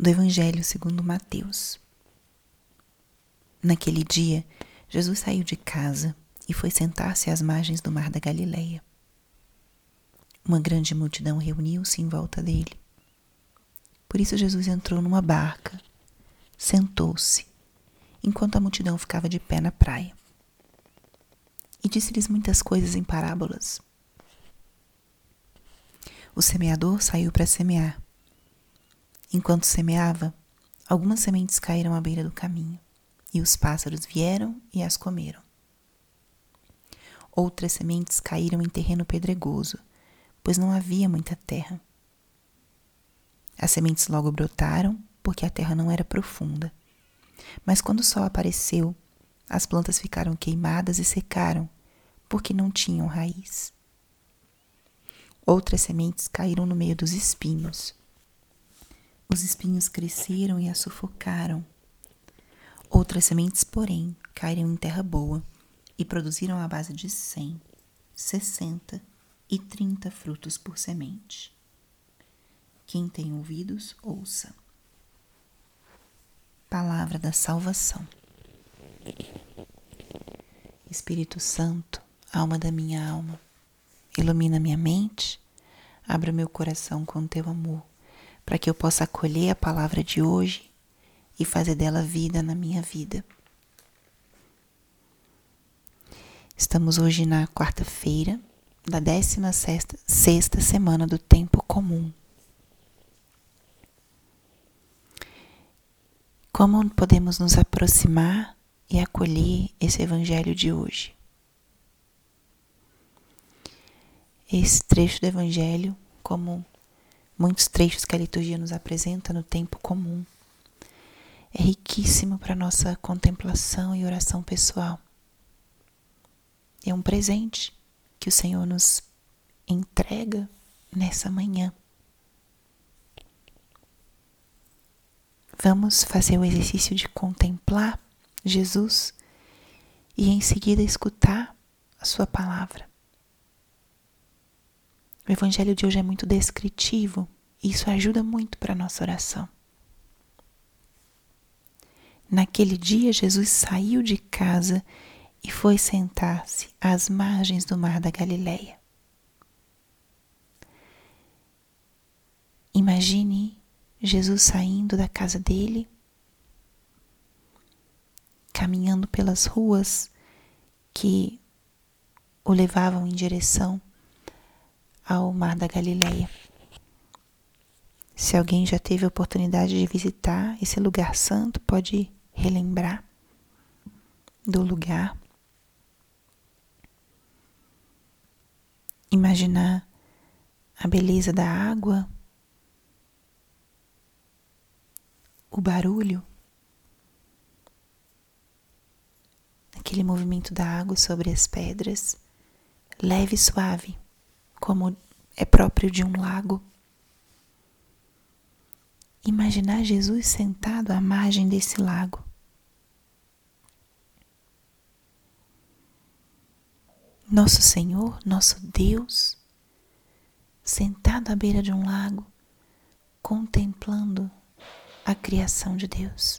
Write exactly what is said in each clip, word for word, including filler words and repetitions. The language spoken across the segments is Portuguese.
do Evangelho segundo Mateus. Naquele dia, Jesus saiu de casa e foi sentar-se às margens do mar da Galileia. Uma grande multidão reuniu-se em volta dele. Por isso Jesus entrou numa barca, sentou-se, enquanto a multidão ficava de pé na praia. E disse-lhes muitas coisas em parábolas. O semeador saiu para semear. Enquanto semeava, algumas sementes caíram à beira do caminho, e os pássaros vieram e as comeram. Outras sementes caíram em terreno pedregoso, pois não havia muita terra. As sementes logo brotaram, porque a terra não era profunda. Mas quando o sol apareceu, as plantas ficaram queimadas e secaram, porque não tinham raiz. Outras sementes caíram no meio dos espinhos. Os espinhos cresceram e as sufocaram. Outras sementes, porém, caíram em terra boa e produziram à base de cem, sessenta e trinta frutos por semente. Quem tem ouvidos, ouça. Palavra da salvação. Espírito Santo, alma da minha alma, ilumina minha mente, abra meu coração com teu amor, para que eu possa acolher a palavra de hoje e fazer dela vida na minha vida. Estamos hoje na quarta-feira da décima sexta, sexta semana do tempo comum. Como podemos nos aproximar e acolher esse evangelho de hoje? Esse trecho do evangelho, como muitos trechos que a liturgia nos apresenta no tempo comum, é riquíssimo para nossa contemplação e oração pessoal. É um presente que o Senhor nos entrega nessa manhã. Vamos fazer o exercício de contemplar Jesus e em seguida escutar a sua palavra. O evangelho de hoje é muito descritivo e isso ajuda muito para a nossa oração. Naquele dia, Jesus saiu de casa e foi sentar-se às margens do mar da Galileia. Imagine Jesus saindo da casa dele, caminhando pelas ruas que o levavam em direção ao mar da Galileia. Se alguém já teve a oportunidade de visitar esse lugar santo, pode relembrar do lugar. Imaginar a beleza da água, o barulho, aquele movimento da água sobre as pedras, leve e suave, como é próprio de um lago. Imaginar Jesus sentado à margem desse lago. Nosso Senhor, nosso Deus, sentado à beira de um lago, contemplando a criação de Deus.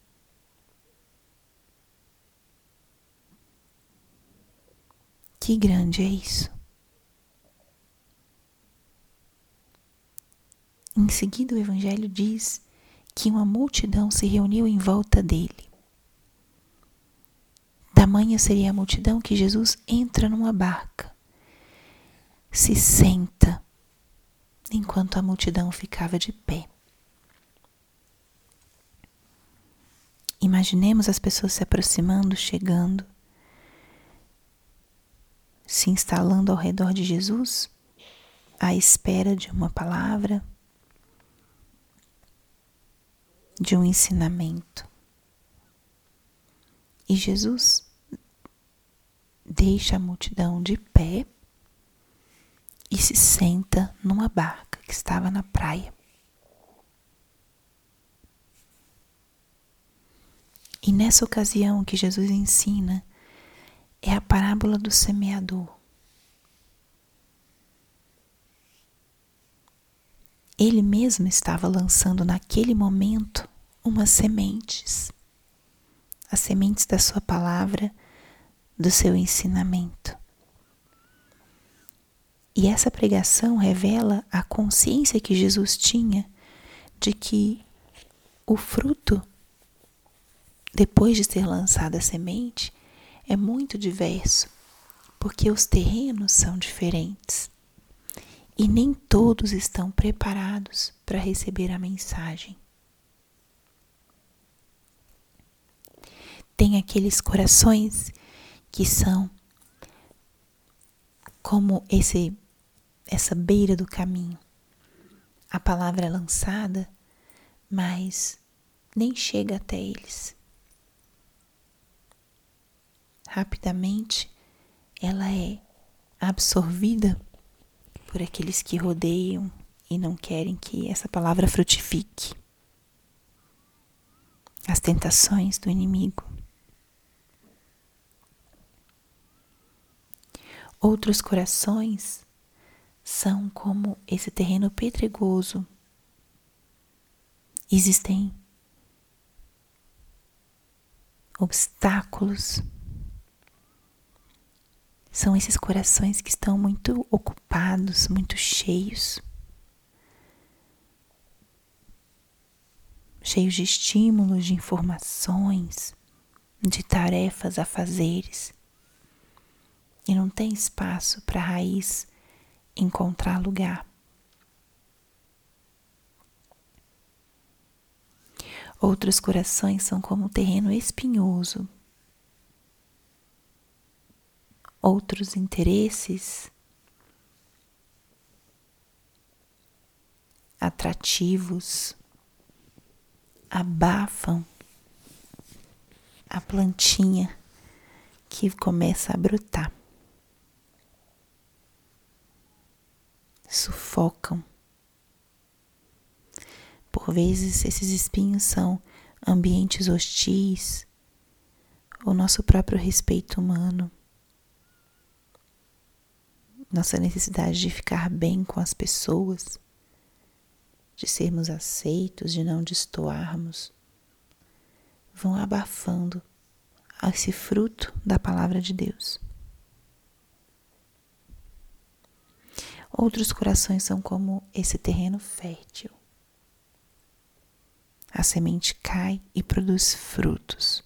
Que grande é isso! Em seguida, o Evangelho diz que uma multidão se reuniu em volta dele. Tamanha seria a multidão que Jesus entra numa barca, se senta, enquanto a multidão ficava de pé. Imaginemos as pessoas se aproximando, chegando, se instalando ao redor de Jesus, à espera de uma palavra, de um ensinamento. E Jesus deixa a multidão de pé e se senta numa barca que estava na praia. E nessa ocasião que Jesus ensina é a parábola do semeador. Ele mesmo estava lançando naquele momento umas sementes, as sementes da sua palavra, do seu ensinamento. E essa pregação revela a consciência que Jesus tinha de que o fruto, depois de ser lançada a semente, é muito diverso, porque os terrenos são diferentes e nem todos estão preparados para receber a mensagem. Tem aqueles corações que são como esse, essa beira do caminho. A palavra é lançada, mas nem chega até eles. Rapidamente, ela é absorvida por aqueles que rodeiam e não querem que essa palavra frutifique. As tentações do inimigo. Outros corações são como esse terreno pedregoso. Existem obstáculos. São esses corações que estão muito ocupados, muito cheios. Cheios de estímulos, de informações, de tarefas, afazeres. E não tem espaço para a raiz encontrar lugar. Outros corações são como um terreno espinhoso. Outros interesses atrativos abafam a plantinha que começa a brotar. Sufocam. Por vezes esses espinhos são ambientes hostis, o nosso próprio respeito humano, nossa necessidade de ficar bem com as pessoas, de sermos aceitos, de não destoarmos, vão abafando esse fruto da palavra de Deus. Outros corações são como esse terreno fértil. A semente cai e produz frutos.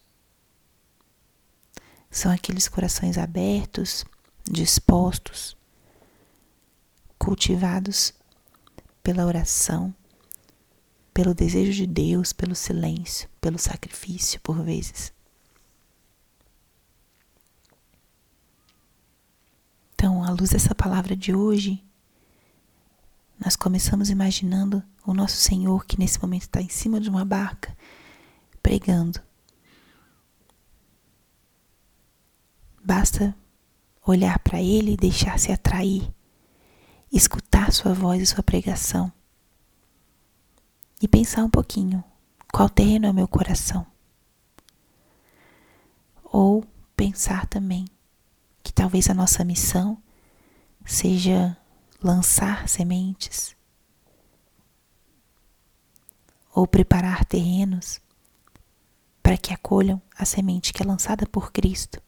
São aqueles corações abertos, dispostos, cultivados pela oração, pelo desejo de Deus, pelo silêncio, pelo sacrifício, por vezes. Então, à luz dessa palavra de hoje, nós começamos imaginando o nosso Senhor que nesse momento está em cima de uma barca, pregando. Basta olhar para Ele e deixar-se atrair, escutar sua voz e sua pregação. E pensar um pouquinho, qual terreno é o meu coração? Ou pensar também que talvez a nossa missão seja lançar sementes ou preparar terrenos para que acolham a semente que é lançada por Cristo.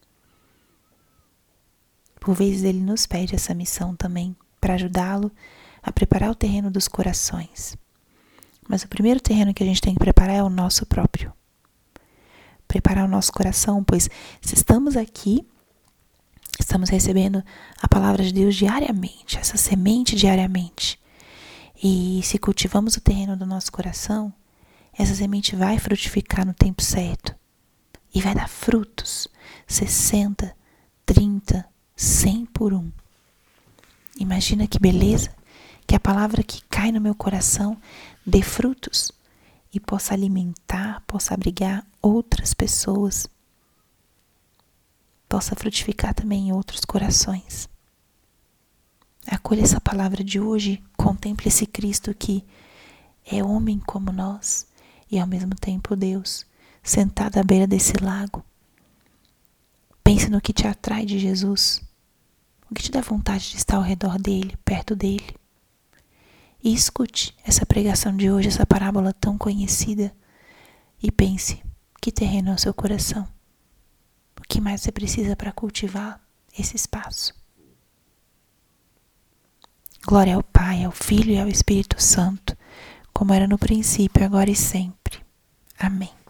Por vezes Ele nos pede essa missão também para ajudá-lo a preparar o terreno dos corações. Mas o primeiro terreno que a gente tem que preparar é o nosso próprio. Preparar o nosso coração, pois se estamos aqui, estamos recebendo a palavra de Deus diariamente, essa semente diariamente. E se cultivamos o terreno do nosso coração, essa semente vai frutificar no tempo certo. E vai dar frutos, sessenta, trinta, cem por um. Imagina que beleza, que a palavra que cai no meu coração dê frutos e possa alimentar, possa abrigar outras pessoas. Possa frutificar também em outros corações. Acolha essa palavra de hoje, contemple esse Cristo que é homem como nós e ao mesmo tempo Deus, sentado à beira desse lago. Pense no que te atrai de Jesus, o que te dá vontade de estar ao redor dele, perto dele. e escute essa pregação de hoje, essa parábola tão conhecida, e pense: que terreno é o seu coração? O que mais você precisa para cultivar esse espaço? Glória ao Pai, ao Filho e ao Espírito Santo, como era no princípio, agora e sempre. Amém.